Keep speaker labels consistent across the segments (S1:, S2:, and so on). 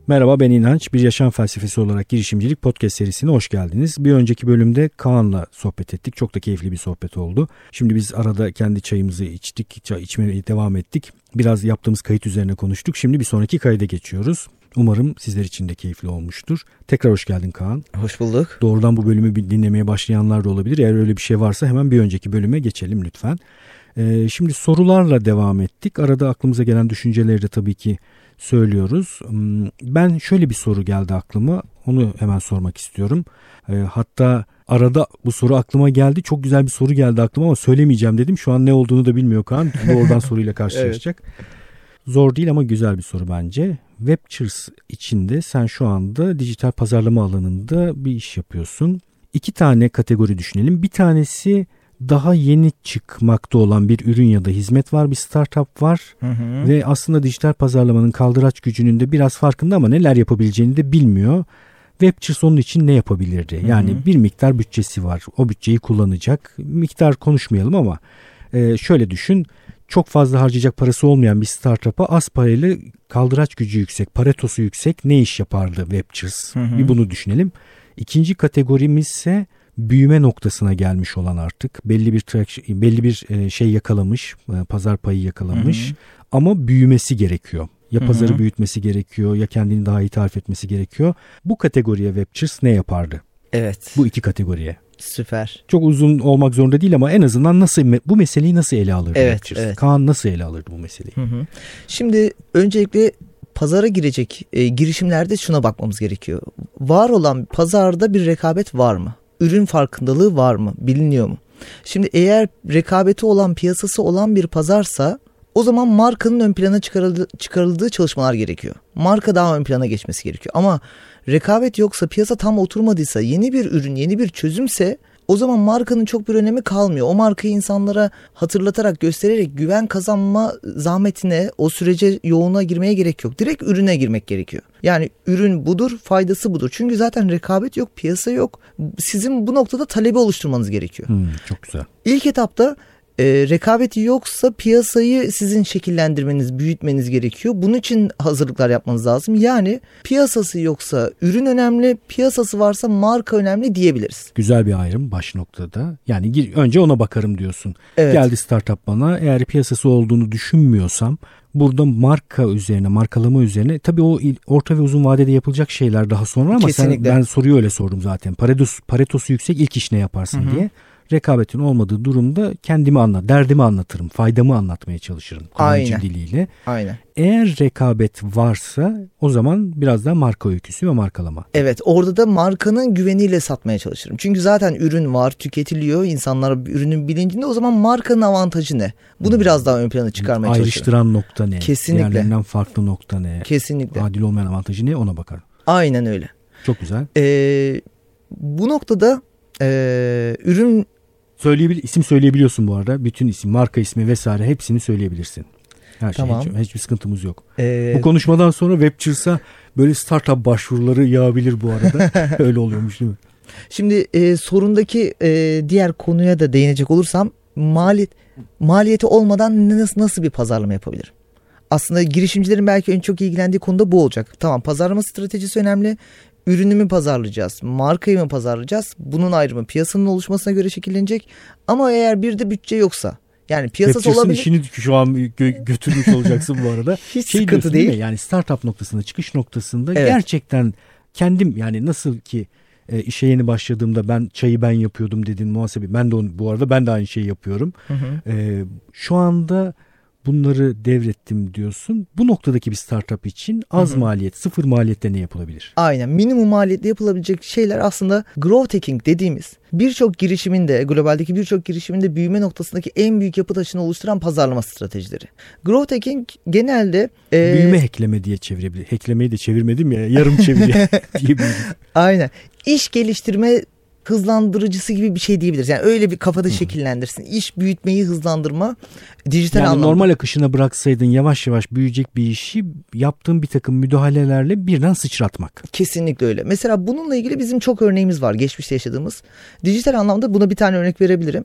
S1: Merhaba, ben İnanç. Bir Yaşam Felsefesi olarak girişimcilik podcast serisine hoş geldiniz. Bir önceki bölümde Kaan'la sohbet ettik. Çok da keyifli bir sohbet oldu. Şimdi biz arada kendi çayımızı içtik, içmeye devam ettik. Biraz yaptığımız kayıt üzerine konuştuk. Şimdi bir sonraki kayda geçiyoruz. Umarım sizler için de keyifli olmuştur. Tekrar hoş geldin Kaan.
S2: Hoş bulduk.
S1: Doğrudan bu bölümü dinlemeye başlayanlar da olabilir. Eğer öyle bir şey varsa hemen bir önceki bölüme geçelim lütfen. Şimdi sorularla devam ettik. Arada aklımıza gelen düşünceleri de tabii ki söylüyoruz. Ben şöyle bir soru geldi aklıma. Onu hemen sormak istiyorum. Hatta arada bu soru aklıma geldi. Çok güzel bir soru geldi aklıma ama söylemeyeceğim dedim. Şu an ne olduğunu da bilmiyor Kaan. Doğrudan soruyla karşılaşacak. Evet. Zor değil ama güzel bir soru bence. Webchers içinde sen şu anda dijital pazarlama alanında bir iş yapıyorsun. 2 tane kategori düşünelim. Bir tanesi daha yeni çıkmakta olan bir ürün ya da hizmet var, bir startup var ve aslında dijital pazarlamanın kaldıraç gücünün de biraz farkında ama neler yapabileceğini de bilmiyor. Webchers onun için ne yapabilirdi? Yani bir miktar bütçesi var, o bütçeyi kullanacak. Miktar konuşmayalım ama şöyle düşün, çok fazla harcayacak parası olmayan bir startup'a az parayla kaldıraç gücü yüksek, paretosu yüksek ne iş yapardı Webchers? Bir bunu düşünelim. İkinci kategorimiz ise büyüme noktasına gelmiş olan, artık belli bir şey yakalamış, pazar payı yakalamış ama büyümesi gerekiyor. Ya pazarı büyütmesi gerekiyor ya kendini daha iyi tarif etmesi gerekiyor. Bu kategoriye Webchers ne yapardı?
S2: Evet.
S1: Bu 2 kategoriye.
S2: Süper.
S1: Çok uzun olmak zorunda değil ama en azından bu meseleyi nasıl ele alırdı Webchers? Evet. Kaan nasıl ele alırdı bu meseleyi?
S2: Şimdi öncelikle pazara girecek girişimlerde şuna bakmamız gerekiyor. Var olan pazarda bir rekabet var mı? Ürün farkındalığı var mı? Biliniyor mu? Şimdi eğer rekabeti olan, piyasası olan bir pazarsa o zaman markanın ön plana çıkarıldığı çalışmalar gerekiyor. Marka daha ön plana geçmesi gerekiyor. Ama rekabet yoksa, piyasa tam oturmadıysa, yeni bir ürün, yeni bir çözümse o zaman markanın çok bir önemi kalmıyor. O markayı insanlara hatırlatarak, göstererek güven kazanma zahmetine, o sürece, yoğuna girmeye gerek yok. Direkt ürüne girmek gerekiyor. Yani ürün budur, faydası budur. Çünkü zaten rekabet yok, piyasa yok. Sizin bu noktada talebi oluşturmanız gerekiyor.
S1: Çok güzel.
S2: İlk etapta rekabeti yoksa piyasayı sizin şekillendirmeniz, büyütmeniz gerekiyor. Bunun için hazırlıklar yapmanız lazım. Yani piyasası yoksa ürün önemli, piyasası varsa marka önemli diyebiliriz.
S1: Güzel bir ayrım baş noktada. Yani önce ona bakarım diyorsun.
S2: Evet.
S1: Geldi startup bana, eğer piyasası olduğunu düşünmüyorsam burada marka üzerine, markalama üzerine, tabii o orta ve uzun vadede yapılacak şeyler daha sonra ama ben soruyu öyle sordum zaten. Paretosu yüksek ilk iş ne yaparsın diye. Rekabetin olmadığı durumda derdimi anlatırım, faydamı anlatmaya çalışırım kullanıcı diliyle.
S2: Aynen.
S1: Eğer rekabet varsa o zaman biraz daha marka öyküsü ve markalama.
S2: Evet, orada da markanın güveniyle satmaya çalışırım. Çünkü zaten ürün var, tüketiliyor, insanlar ürünün bilincinde. O zaman markanın avantajı ne? Bunu biraz daha ön plana çıkarmaya çalışırım.
S1: Ayrıştıran nokta ne?
S2: Kesinlikle.
S1: Diğerlerinden farklı nokta ne?
S2: Kesinlikle.
S1: Adil olmayan avantajı ne? Ona bakarım.
S2: Aynen öyle.
S1: Çok güzel.
S2: Bu noktada ürün
S1: isim söyleyebiliyorsun bu arada. Bütün isim, marka ismi vesaire hepsini söyleyebilirsin. Her
S2: tamam.
S1: Hiçbir sıkıntımız yok. Bu konuşmadan sonra Webchers'a böyle startup başvuruları yağabilir bu arada. Öyle oluyormuş değil mi?
S2: Şimdi sorundaki diğer konuya da değinecek olursam, maliyeti olmadan nasıl bir pazarlama yapabilirim? Aslında girişimcilerin belki en çok ilgilendiği konuda bu olacak. Tamam, pazarlama stratejisi önemli. Ürünü mü pazarlayacağız? Markayı mı pazarlayacağız? Bunun ayrımı piyasanın oluşmasına göre şekillenecek. Ama eğer bir de bütçe yoksa, yani piyasası olabilir.
S1: işini şu an götürmüş olacaksın bu arada.
S2: Hiç sıkıntı değil.
S1: Yani startup noktasında, çıkış noktasında gerçekten kendim, yani nasıl ki işe yeni başladığımda çayı ben yapıyordum dedin, muhasebe. Ben de aynı şeyi yapıyorum. Şu anda bunları devrettim diyorsun. Bu noktadaki bir startup için az maliyet, sıfır maliyette ne yapılabilir?
S2: Aynen. Minimum maliyetle yapılabilecek şeyler aslında growth hacking dediğimiz, birçok girişiminde, globaldeki birçok girişiminde büyüme noktasındaki en büyük yapı taşını oluşturan pazarlama stratejileri. Growth hacking genelde
S1: büyüme hackleme diye çevirebilir. Hacklemeyi de çevirmedim ya, yarım çeviri diyebilirim.
S2: Aynen. İş geliştirme hızlandırıcısı gibi bir şey diyebiliriz. Yani öyle bir kafada şekillendirsin. İş büyütmeyi hızlandırma, dijital anlamda.
S1: Normal akışına bıraksaydın yavaş yavaş büyüyecek bir işi yaptığın bir takım müdahalelerle birden sıçratmak.
S2: Kesinlikle öyle. Mesela bununla ilgili bizim çok örneğimiz var geçmişte yaşadığımız. Dijital anlamda buna bir tane örnek verebilirim.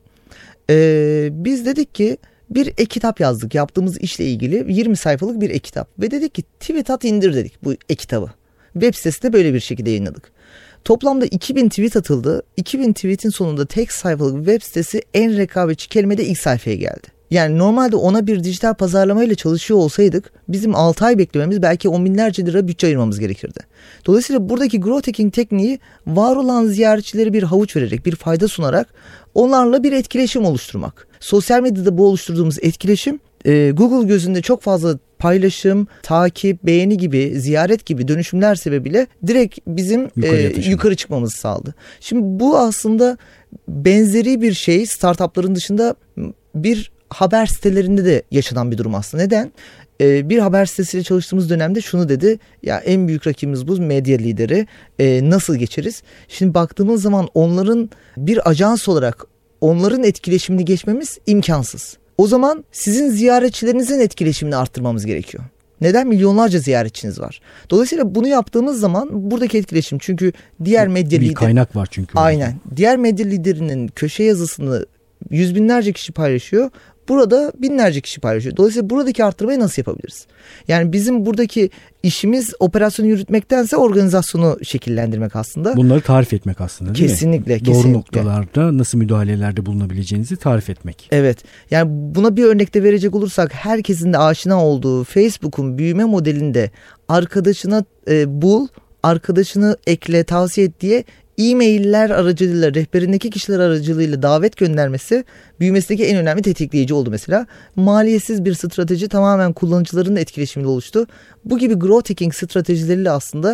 S2: Biz dedik ki bir e-kitap yazdık. Yaptığımız işle ilgili 20 sayfalık bir e-kitap. Ve dedik ki tweet at indir dedik bu e-kitabı. Web sitesinde böyle bir şekilde yayınladık. Toplamda 2000 tweet atıldı. 2000 tweetin sonunda tek sayfalık web sitesi en rekabetçi kelimede ilk sayfaya geldi. Yani normalde ona bir dijital pazarlamayla çalışıyor olsaydık bizim 6 ay beklememiz, belki 10 binlerce lira bütçe ayırmamız gerekirdi. Dolayısıyla buradaki growth hacking tekniği var olan ziyaretçilere bir havuç vererek, bir fayda sunarak onlarla bir etkileşim oluşturmak. Sosyal medyada bu oluşturduğumuz etkileşim Google gözünde çok fazla paylaşım, takip, beğeni gibi, ziyaret gibi dönüşümler sebebiyle direkt bizim yukarı çıkmamızı sağladı. Şimdi bu aslında benzeri bir şey startupların dışında bir haber sitelerinde de yaşanan bir durum aslında. Neden? Bir haber sitesiyle çalıştığımız dönemde şunu dedi. Ya en büyük rakibimiz bu, medya lideri. Nasıl geçeriz? Şimdi baktığımız zaman onların bir ajans olarak onların etkileşimini geçmemiz imkansız. O zaman sizin ziyaretçilerinizin etkileşimini arttırmamız gerekiyor. Neden? Milyonlarca ziyaretçiniz var. Dolayısıyla bunu yaptığımız zaman buradaki etkileşim, çünkü diğer medya lideri...
S1: Bir kaynak var çünkü.
S2: Aynen. Diğer medya liderinin köşe yazısını yüz binlerce kişi paylaşıyor. Burada binlerce kişi paylaşıyor. Dolayısıyla buradaki arttırmayı nasıl yapabiliriz? Yani bizim buradaki işimiz operasyonu yürütmektense organizasyonu şekillendirmek aslında.
S1: Bunları tarif etmek aslında, değil
S2: kesinlikle,
S1: mi?
S2: Kesinlikle.
S1: Doğru noktalarda nasıl müdahalelerde bulunabileceğinizi tarif etmek.
S2: Evet. Yani buna bir örnekte verecek olursak, herkesin de aşina olduğu Facebook'un büyüme modelinde arkadaşına bul, arkadaşını ekle, tavsiye et diye e-mailler aracılığıyla, rehberindeki kişiler aracılığıyla davet göndermesi büyümesindeki en önemli tetikleyici oldu mesela. Maliyetsiz bir strateji, tamamen kullanıcıların etkileşimiyle oluştu. Bu gibi growth hacking stratejileriyle aslında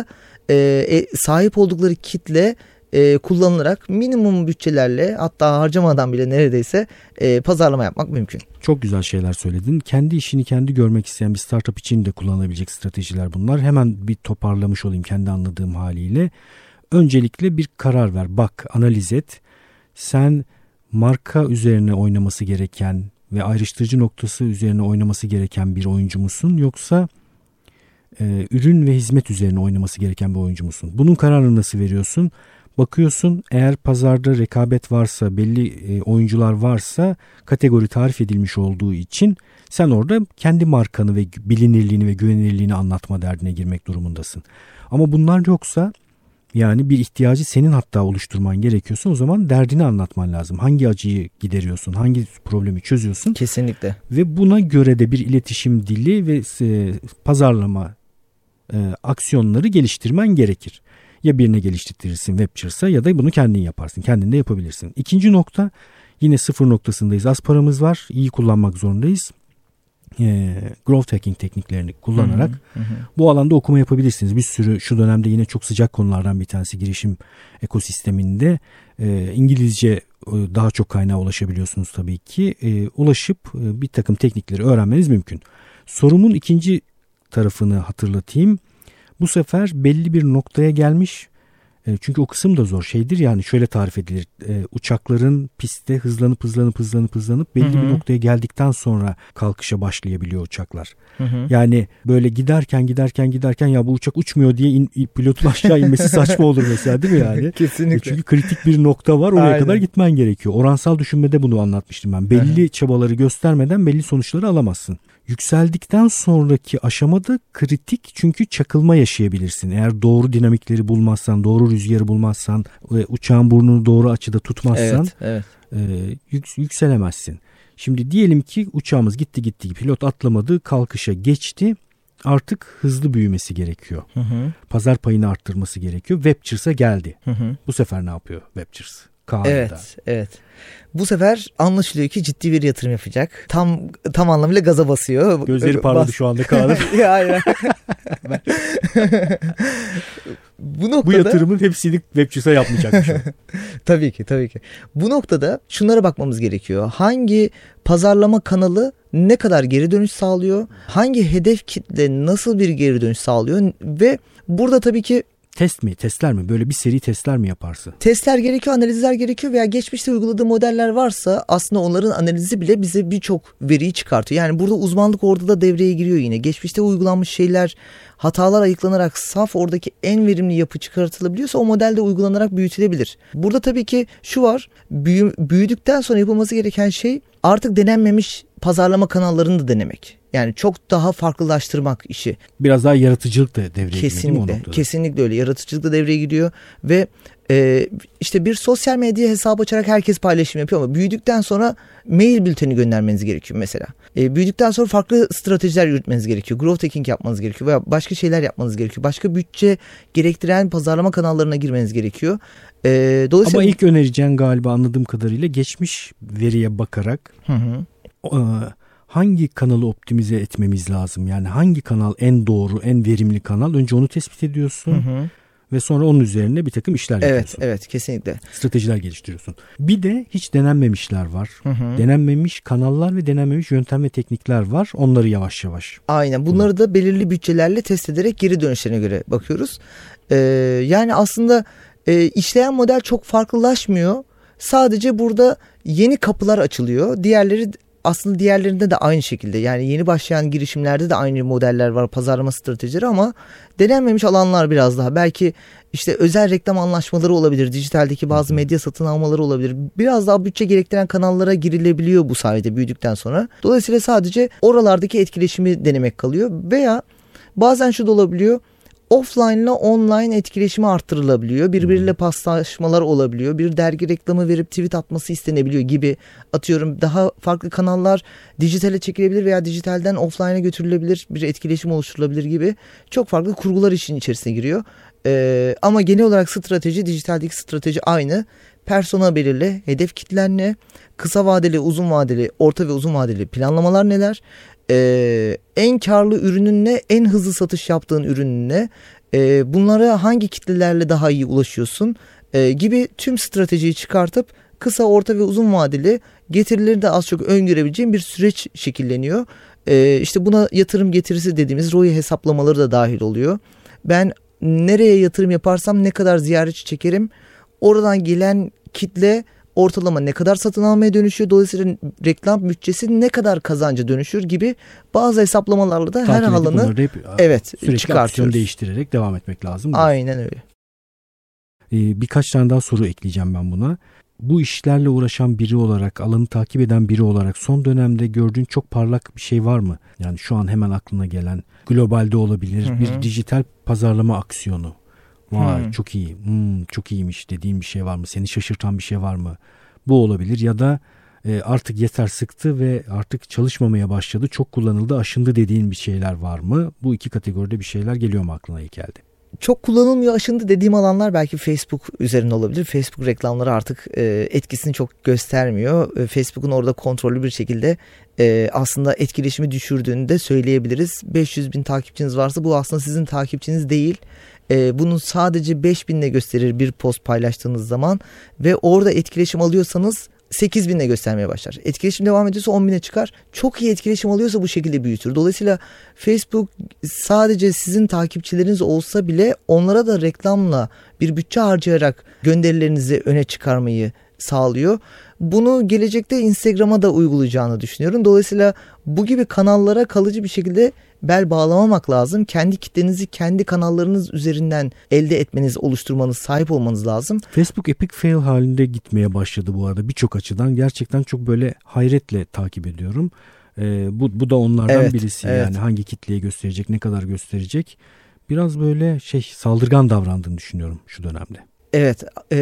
S2: sahip oldukları kitle kullanılarak minimum bütçelerle, hatta harcamadan bile neredeyse pazarlama yapmak mümkün.
S1: Çok güzel şeyler söyledin. Kendi işini kendi görmek isteyen bir startup için de kullanabilecek stratejiler bunlar. Hemen bir toparlamış olayım kendi anladığım haliyle. Öncelikle bir karar ver. Bak, analiz et. Sen marka üzerine oynaması gereken ve ayrıştırıcı noktası üzerine oynaması gereken bir oyuncu musun? Yoksa ürün ve hizmet üzerine oynaması gereken bir oyuncu musun? Bunun kararını nasıl veriyorsun? Bakıyorsun, eğer pazarda rekabet varsa, belli oyuncular varsa, kategori tarif edilmiş olduğu için sen orada kendi markanı ve bilinirliğini ve güvenilirliğini anlatma derdine girmek durumundasın. Ama bunlar yoksa, yani bir ihtiyacı senin hatta oluşturman gerekiyorsa, o zaman derdini anlatman lazım. Hangi acıyı gideriyorsun, hangi problemi çözüyorsun?
S2: Kesinlikle.
S1: Ve buna göre de bir iletişim dili ve pazarlama aksiyonları geliştirmen gerekir. Ya birine geliştirirsin Webchers'a, ya da bunu kendin yaparsın. Kendin de yapabilirsin. İkinci nokta, yine sıfır noktasındayız. Az paramız var, iyi kullanmak zorundayız. Growth hacking tekniklerini kullanarak bu alanda okuma yapabilirsiniz. Bir sürü, şu dönemde yine çok sıcak konulardan bir tanesi girişim ekosisteminde İngilizce daha çok kaynağa ulaşabiliyorsunuz tabii ki. Ulaşıp bir takım teknikleri öğrenmeniz mümkün. Sorumun ikinci tarafını hatırlatayım. Bu sefer belli bir noktaya gelmiş. Çünkü o kısım da zor şeydir, yani şöyle tarif edilir. Uçakların pistte hızlanıp belli bir noktaya geldikten sonra kalkışa başlayabiliyor uçaklar. Yani böyle giderken ya bu uçak uçmuyor diye pilotun aşağı inmesi saçma olur mesela, değil mi yani?
S2: Kesinlikle.
S1: Çünkü kritik bir nokta var, oraya kadar gitmen gerekiyor. Oransal düşünmede bunu anlatmıştım ben. Belli çabaları göstermeden belli sonuçları alamazsın. Yükseldikten sonraki aşamada kritik, çünkü çakılma yaşayabilirsin. Eğer doğru dinamikleri bulmazsan, doğru rüzgarı bulmazsan ve uçağın burnunu doğru açıda tutmazsan yükselemezsin. Şimdi diyelim ki uçağımız gitti, pilot atlamadı, kalkışa geçti. Artık hızlı büyümesi gerekiyor. Pazar payını arttırması gerekiyor. Webchers'a geldi. Bu sefer ne yapıyor Webchers?
S2: Evet. Bu sefer anlaşılıyor ki ciddi bir yatırım yapacak. Tam anlamıyla gaza basıyor.
S1: Gözleri parladı şu anda Kaan'ın.
S2: Aynen.
S1: Bu yatırımın hepsini Webchers'a yapmayacakmış.
S2: Tabii ki. Bu noktada şunlara bakmamız gerekiyor. Hangi pazarlama kanalı ne kadar geri dönüş sağlıyor? Hangi hedef kitle nasıl bir geri dönüş sağlıyor? Ve burada tabii ki
S1: testler mi? Böyle bir seri testler mi yaparsın?
S2: Testler gerekiyor, analizler gerekiyor veya geçmişte uyguladığı modeller varsa aslında onların analizi bile bize birçok veriyi çıkartıyor. Yani burada uzmanlık orada da devreye giriyor yine. Geçmişte uygulanmış şeyler, hatalar ayıklanarak saf oradaki en verimli yapı çıkartılabiliyorsa o modelde uygulanarak büyütülebilir. Burada tabii ki şu var, büyüdükten sonra yapılması gereken şey artık denenmemiş pazarlama kanallarını da denemek. Yani çok daha farklılaştırmak işi.
S1: Biraz daha yaratıcılık da devreye giriyor.
S2: Kesinlikle. Kesinlikle öyle. Yaratıcılık da devreye gidiyor ve işte bir sosyal medya hesabı açarak herkes paylaşım yapıyor ama büyüdükten sonra mail bülteni göndermeniz gerekiyor mesela. Büyüdükten sonra farklı stratejiler yürütmeniz gerekiyor. Growth hacking yapmanız gerekiyor veya başka şeyler yapmanız gerekiyor. Başka bütçe gerektiren pazarlama kanallarına girmeniz gerekiyor.
S1: Ama ilk önereceğin galiba anladığım kadarıyla geçmiş veriye bakarak hangi kanalı optimize etmemiz lazım? Yani hangi kanal en doğru, en verimli kanal? Önce onu tespit ediyorsun. Ve sonra onun üzerine bir takım işler yapıyorsun.
S2: Evet, kesinlikle.
S1: Stratejiler geliştiriyorsun. Bir de hiç denenmemişler var. Denenmemiş kanallar ve denenmemiş yöntem ve teknikler var. Onları yavaş yavaş.
S2: Aynen. Bunları da belirli bütçelerle test ederek geri dönüşlerine göre bakıyoruz. Yani aslında işleyen model çok farklılaşmıyor. Sadece burada yeni kapılar açılıyor. Diğerlerinde de aynı şekilde, yani yeni başlayan girişimlerde de aynı modeller var, pazarlama stratejileri, ama denenmemiş alanlar biraz daha. Belki işte özel reklam anlaşmaları olabilir, dijitaldeki bazı medya satın almaları olabilir. Biraz daha bütçe gerektiren kanallara girilebiliyor bu sayede büyüdükten sonra. Dolayısıyla sadece oralardaki etkileşimi denemek kalıyor veya bazen şu da olabiliyor. Offline ile online etkileşimi arttırılabiliyor. Birbiriyle paslaşmalar olabiliyor. Bir dergi reklamı verip tweet atması istenebiliyor gibi, atıyorum daha farklı kanallar dijitale çekilebilir veya dijitalden offline'a götürülebilir, bir etkileşim oluşturulabilir gibi çok farklı kurgular işin içerisine giriyor. Ama genel olarak dijitaldeki strateji aynı. Persona belirle, hedef kitlen ne, kısa vadeli, uzun vadeli, orta ve uzun vadeli planlamalar neler, en karlı ürünün ne, en hızlı satış yaptığın ürünün ne, bunlara hangi kitlelerle daha iyi ulaşıyorsun gibi tüm stratejiyi çıkartıp kısa, orta ve uzun vadeli getirileri de az çok öngörebileceğin bir süreç şekilleniyor. İşte buna yatırım getirisi dediğimiz ROI hesaplamaları da dahil oluyor. Ben nereye yatırım yaparsam ne kadar ziyaretçi çekerim, oradan gelen kitle ortalama ne kadar satın almaya dönüşüyor, dolayısıyla reklam bütçesi ne kadar kazanca dönüşür gibi bazı hesaplamalarla da her alanı
S1: sürekli
S2: çıkartıyoruz.
S1: Aksiyon değiştirerek devam etmek lazım.
S2: Aynen öyle.
S1: Birkaç tane daha soru ekleyeceğim ben buna. Bu işlerle uğraşan biri olarak, alanı takip eden biri olarak son dönemde gördüğün çok parlak bir şey var mı? Yani şu an hemen aklına gelen, globalde olabilir, bir dijital pazarlama aksiyonu. Vay çok iyi, çok iyiymiş dediğin bir şey var mı? Seni şaşırtan bir şey var mı? Bu olabilir ya da artık yeter, sıktı ve artık çalışmamaya başladı, çok kullanıldı, aşındı dediğin bir şeyler var mı? Bu iki kategoride bir şeyler geliyor mu aklına ilk geldi?
S2: Çok kullanılmıyor, aşındı dediğim alanlar belki Facebook üzerinde olabilir. Facebook reklamları artık etkisini çok göstermiyor. Facebook'un orada kontrollü bir şekilde aslında etkileşimi düşürdüğünü de söyleyebiliriz. 500.000 takipçiniz varsa bu aslında sizin takipçiniz değil. Bunu sadece 5.000'le gösterir bir post paylaştığınız zaman ve orada etkileşim alıyorsanız 8.000'le göstermeye başlar. Etkileşim devam ediyorsa 10.000'e çıkar. Çok iyi etkileşim alıyorsa bu şekilde büyütür. Dolayısıyla Facebook sadece sizin takipçileriniz olsa bile onlara da reklamla bir bütçe harcayarak gönderilerinizi öne çıkarmayı sağlıyor. Bunu gelecekte Instagram'a da uygulayacağını düşünüyorum. Dolayısıyla bu gibi kanallara kalıcı bir şekilde bel bağlamamak lazım. Kendi kitlenizi kendi kanallarınız üzerinden elde etmeniz, oluşturmanız, sahip olmanız lazım.
S1: Facebook epic fail halinde gitmeye başladı bu arada birçok açıdan. Gerçekten çok böyle hayretle takip ediyorum. Bu da onlardan birisi. Yani hangi kitleye gösterecek, ne kadar gösterecek. Biraz böyle saldırgan davrandığını düşünüyorum şu dönemde.
S2: Evet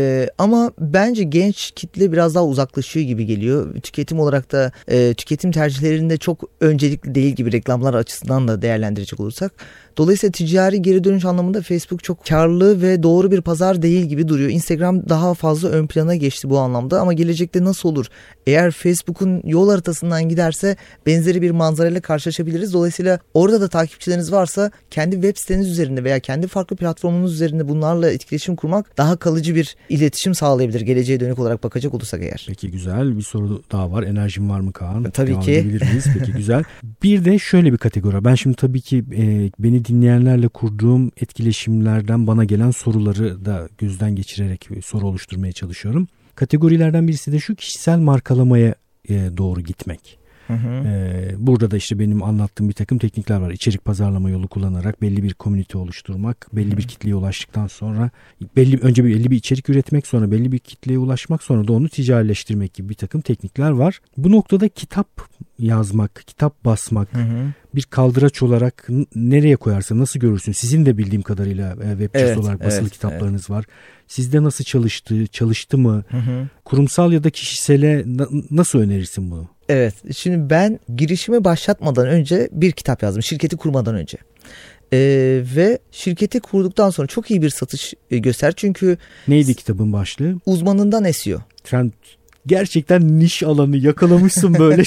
S2: ama bence genç kitle biraz daha uzaklaşıyor gibi geliyor. Tüketim olarak da tüketim tercihlerinde çok öncelikli değil gibi, reklamlar açısından da değerlendirecek olursak. Dolayısıyla ticari geri dönüş anlamında Facebook çok karlı ve doğru bir pazar değil gibi duruyor. Instagram daha fazla ön plana geçti bu anlamda ama gelecekte nasıl olur? Eğer Facebook'un yol haritasından giderse benzeri bir manzarayla karşılaşabiliriz. Dolayısıyla orada da takipçileriniz varsa kendi web siteniz üzerinde veya kendi farklı platformunuz üzerinde bunlarla etkileşim kurmak daha kalıcı bir iletişim sağlayabilir. Geleceğe dönük olarak bakacak olursak eğer.
S1: Peki güzel, bir soru daha var. Enerjim var mı Kaan?
S2: Tabii
S1: devam
S2: ki.
S1: Edebilir miyiz? Peki güzel. Bir de şöyle bir kategori. Ben şimdi tabii ki beni dinleyenlerle kurduğum etkileşimlerden bana gelen soruları da gözden geçirerek soru oluşturmaya çalışıyorum. Kategorilerden birisi de şu: kişisel markalamaya doğru gitmek. Burada da işte benim anlattığım bir takım teknikler var. İçerik pazarlama yolu kullanarak belli bir komünite oluşturmak, belli bir kitleye ulaştıktan sonra önce belli bir içerik üretmek, sonra belli bir kitleye ulaşmak, sonra da onu ticarileştirmek gibi bir takım teknikler var. Bu noktada kitap yazmak, kitap basmak, bir kaldıraç olarak nereye koyarsın, nasıl görürsün? Sizin de bildiğim kadarıyla web olarak basılı kitaplarınız var. Sizde nasıl çalıştı mı? Kurumsal ya da kişisele nasıl önerirsin bunu?
S2: Evet, şimdi ben girişimi başlatmadan önce bir kitap yazdım, şirketi kurmadan önce. Ve şirketi kurduktan sonra çok iyi bir satış göster. Çünkü
S1: neydi kitabın başlığı?
S2: Uzmanından SEO.
S1: Sen gerçekten niş alanı yakalamışsın böyle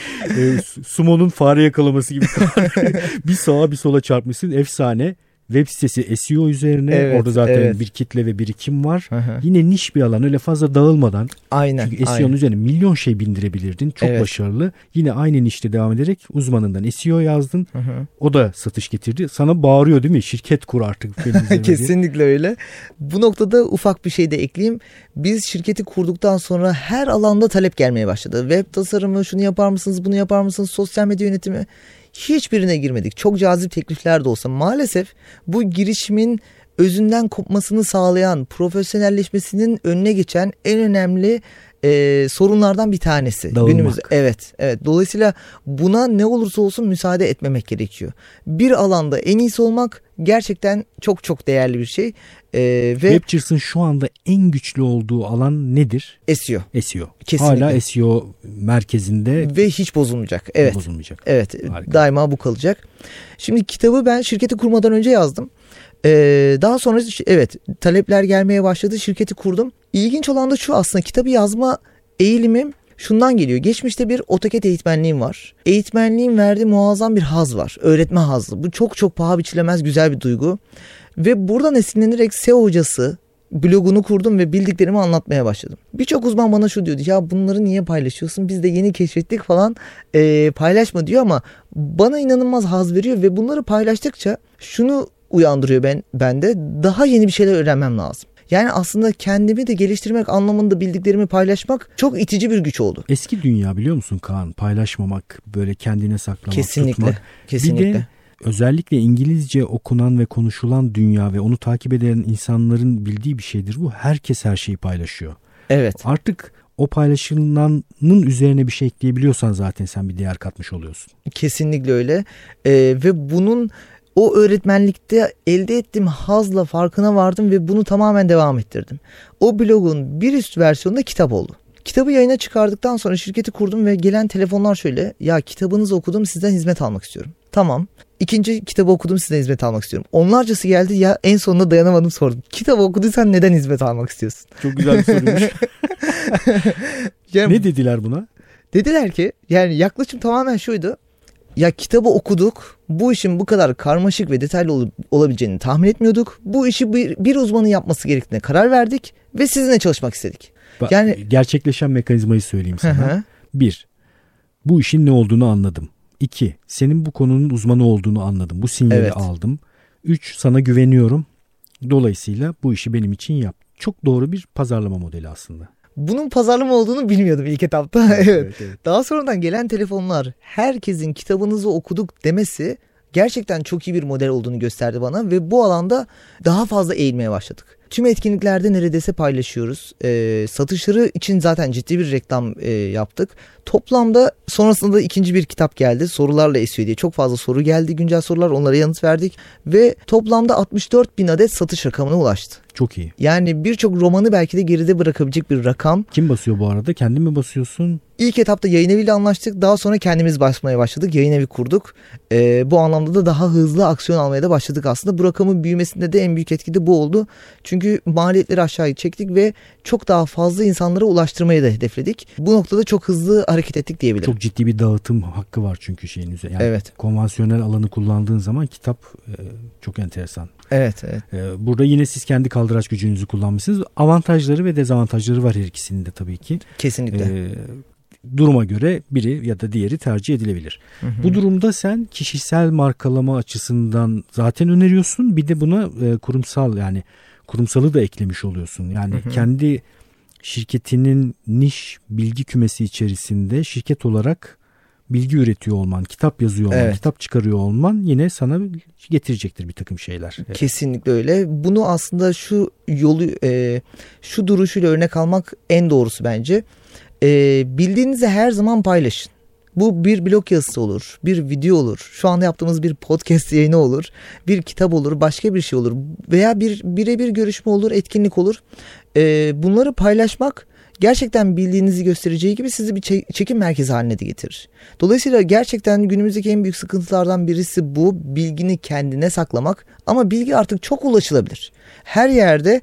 S1: sumonun fare yakalaması gibi. Bir sağa bir sola çarpmışsın, efsane. Web sitesi SEO üzerine, orada zaten bir kitle ve birikim var. Yine niş bir alan, öyle fazla dağılmadan.
S2: Aynen.
S1: Çünkü SEO'nun üzerine milyon şey bindirebilirdin. Çok başarılı. Yine aynı nişte devam ederek uzmanından SEO yazdın. O da satış getirdi. Sana bağırıyor değil mi? Şirket kur artık.
S2: Kesinlikle öyle. Bu noktada ufak bir şey de ekleyeyim. Biz şirketi kurduktan sonra her alanda talep gelmeye başladı. Web tasarımı, şunu yapar mısınız, bunu yapar mısınız, sosyal medya yönetimi. Hiçbirine girmedik. Çok cazip teklifler de olsa maalesef bu girişimin özünden kopmasını sağlayan, profesyonelleşmesinin önüne geçen en önemli sorunlardan bir tanesi.
S1: Dağılmak.
S2: Günümüzde. Evet. Dolayısıyla buna ne olursa olsun müsaade etmemek gerekiyor. Bir alanda en iyisi olmak gerçekten çok çok değerli bir şey.
S1: Webchers'ın şu anda en güçlü olduğu alan nedir?
S2: SEO. Kesinlikle.
S1: Hala SEO merkezinde.
S2: Ve hiç bozulmayacak. Evet. Evet. Harika. Daima bu kalacak. Şimdi kitabı ben şirketi kurmadan önce yazdım. Daha sonra talepler gelmeye başladı. Şirketi kurdum. İlginç olan da şu, aslında kitabı yazma eğilimim şundan geliyor. Geçmişte bir AutoCAD eğitmenliğim var. Eğitmenliğin verdiği muazzam bir haz var. Öğretme hazzı. Bu çok çok paha biçilemez güzel bir duygu. Ve buradan esinlenerek SEO hocası blogunu kurdum ve bildiklerimi anlatmaya başladım. Birçok uzman bana şu diyordu: ya bunları niye paylaşıyorsun? Biz de yeni keşfettik falan, paylaşma diyor, ama bana inanılmaz haz veriyor ve bunları paylaştıkça şunu uyandırıyor bende, daha yeni bir şeyler öğrenmem lazım. Yani aslında kendimi de geliştirmek anlamında bildiklerimi paylaşmak çok itici bir güç oldu.
S1: Eski dünya, biliyor musun Kaan? Paylaşmamak, böyle kendine saklamak, tutmak.
S2: Kesinlikle.
S1: Bir de özellikle İngilizce okunan ve konuşulan dünya ve onu takip eden insanların bildiği bir şeydir bu. Herkes her şeyi paylaşıyor.
S2: Evet.
S1: Artık o paylaşılanın üzerine bir şey ekleyebiliyorsan zaten sen bir değer katmış oluyorsun.
S2: Kesinlikle öyle. Ve bunun o öğretmenlikte elde ettiğim hazla farkına vardım ve bunu tamamen devam ettirdim. O blogun bir üst versiyonunda kitap oldu. Kitabı yayına çıkardıktan sonra şirketi kurdum ve gelen telefonlar şöyle: ya kitabınızı okudum, sizden hizmet almak istiyorum. Tamam. İkinci kitabı okudum, sizden hizmet almak istiyorum. Onlarcası geldi, ya en sonunda dayanamadım, sordum. Kitabı okuduysan neden hizmet almak istiyorsun?
S1: Çok güzel bir soruymuş.
S2: Yani,
S1: ne dediler buna?
S2: Dediler ki, yani yaklaşım tamamen şuydu: ya kitabı okuduk, bu işin bu kadar karmaşık ve detaylı olabileceğini tahmin etmiyorduk. Bu işi bir uzmanın yapması gerektiğine karar verdik ve sizinle çalışmak istedik.
S1: Yani gerçekleşen mekanizmayı söyleyeyim sana. 1. Bu işin ne olduğunu anladım. 2. Senin bu konunun uzmanı olduğunu anladım. Bu sinyali aldım. 3. Sana güveniyorum. Dolayısıyla bu işi benim için yap. Çok doğru bir pazarlama modeli aslında.
S2: Bunun pazarlama olduğunu bilmiyordum ilk etapta. Evet. Daha sonradan gelen telefonlar, herkesin kitabınızı okuduk demesi gerçekten çok iyi bir model olduğunu gösterdi bana ve bu alanda daha fazla eğilmeye başladık. Tüm etkinliklerde neredeyse paylaşıyoruz. Satışları için zaten ciddi bir reklam yaptık. Toplamda sonrasında da ikinci bir kitap geldi. Sorularla SEO diye çok fazla soru geldi. Güncel sorular, onlara yanıt verdik. Ve toplamda 64.000 adet satış rakamına ulaştı.
S1: Çok iyi.
S2: Yani birçok romanı belki de geride bırakabilecek bir rakam.
S1: Kim basıyor bu arada? Kendin mi basıyorsun?
S2: İlk etapta yayın eviyle anlaştık. Daha sonra kendimiz basmaya başladık. Yayın evi kurduk. Bu anlamda da daha hızlı aksiyon almaya da başladık aslında. Bu rakamın büyümesinde de en büyük etki de bu oldu. Çünkü maliyetleri aşağıya çektik ve çok daha fazla insanlara ulaştırmayı da hedefledik. Bu noktada çok hızlı hareket ettik diyebilirim.
S1: Çok ciddi bir dağıtım hakkı var çünkü şeyin üzerine. Yani konvansiyonel alanı kullandığın zaman kitap çok enteresan.
S2: Evet.
S1: Burada yine siz kendi kaldıraç gücünüzü kullanmışsınız. Avantajları ve dezavantajları var her ikisinin de tabii ki.
S2: Kesinlikle.
S1: Duruma göre biri ya da diğeri tercih edilebilir. Bu durumda sen kişisel markalama açısından zaten öneriyorsun. Bir de buna kurumsal, yani kurumsalı da eklemiş oluyorsun. Yani kendi şirketinin niş bilgi kümesi içerisinde şirket olarak bilgi üretiyor olman, kitap yazıyor olman, kitap çıkarıyor olman yine sana getirecektir bir takım şeyler. Evet.
S2: Kesinlikle öyle. Bunu aslında şu yolu, şu duruşuyla örnek almak en doğrusu bence. Bildiğinizi her zaman paylaşın. Bu bir blog yazısı olur, bir video olur, şu anda yaptığımız bir podcast yayını olur, bir kitap olur, başka bir şey olur veya bir birebir görüşme olur, etkinlik olur. Bunları paylaşmak gerçekten bildiğinizi göstereceği gibi sizi bir çekim merkezi haline de getirir. Dolayısıyla gerçekten günümüzdeki en büyük sıkıntılardan birisi bu, bilgini kendine saklamak, ama bilgi artık çok ulaşılabilir. Her yerde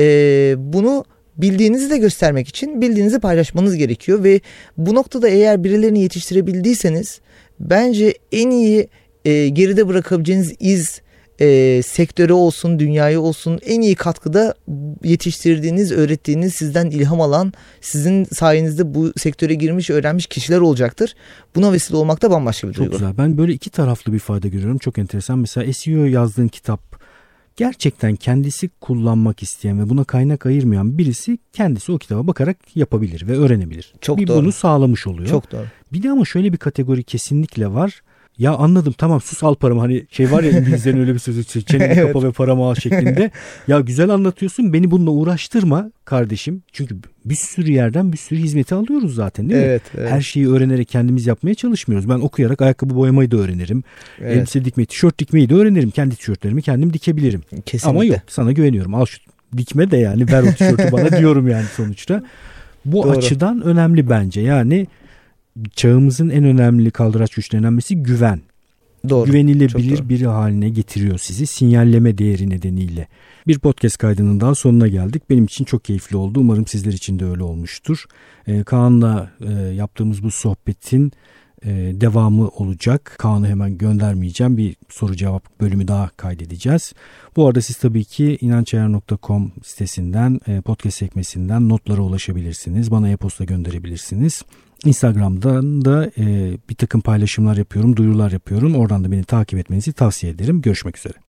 S2: bunu bildiğinizi de göstermek için bildiğinizi paylaşmanız gerekiyor ve bu noktada eğer birilerini yetiştirebildiyseniz bence en iyi geride bırakabileceğiniz iz sektörü olsun, dünyayı olsun, en iyi katkıda yetiştirdiğiniz, öğrettiğiniz, sizden ilham alan, sizin sayenizde bu sektöre girmiş, öğrenmiş kişiler olacaktır. Buna vesile olmak da bambaşka bir duygu.
S1: Çok güzel. Ben böyle iki taraflı bir fayda görüyorum. Çok enteresan. Mesela SEO yazdığın kitap gerçekten kendisi kullanmak isteyen ve buna kaynak ayırmayan birisi kendisi o kitaba bakarak yapabilir ve öğrenebilir.
S2: Çok doğru.
S1: Bunu sağlamış oluyor.
S2: Çok doğru.
S1: Bir de ama şöyle bir kategori kesinlikle var. Ya anladım, tamam, sus al paramı, hani şey var ya İngilizlerin öyle bir sözü, çeneni kapa ve paramı al şeklinde. Ya güzel anlatıyorsun, beni bununla uğraştırma kardeşim. Çünkü bir sürü yerden bir sürü hizmeti alıyoruz zaten, değil mi?
S2: Evet.
S1: Her şeyi öğrenerek kendimiz yapmaya çalışmıyoruz. Ben okuyarak ayakkabı boyamayı da öğrenirim. Evet. Elbise dikmeyi, tişört dikmeyi de öğrenirim. Kendi tişörtlerimi kendim dikebilirim.
S2: Kesinlikle.
S1: Ama yok, sana güveniyorum. Al şu dikme de, yani ver o tişörtü bana diyorum yani sonuçta. Bu doğru. Açıdan önemli bence. Yani çağımızın en önemli kaldıraç güçlerinden birisi güven.
S2: Doğru.
S1: Güvenilebilir biri haline getiriyor sizi, sinyalleme değeri nedeniyle. Bir podcast kaydının daha sonuna geldik. Benim için çok keyifli oldu. Umarım sizler için de öyle olmuştur. Kaan'la yaptığımız bu sohbetin devamı olacak. Kaan'ı hemen göndermeyeceğim. Bir soru cevap bölümü daha kaydedeceğiz. Bu arada siz tabii ki inançayar.com sitesinden, podcast sekmesinden notlara ulaşabilirsiniz. Bana e-posta gönderebilirsiniz. Instagram'dan da bir takım paylaşımlar yapıyorum, duyurular yapıyorum. Oradan da beni takip etmenizi tavsiye ederim. Görüşmek üzere.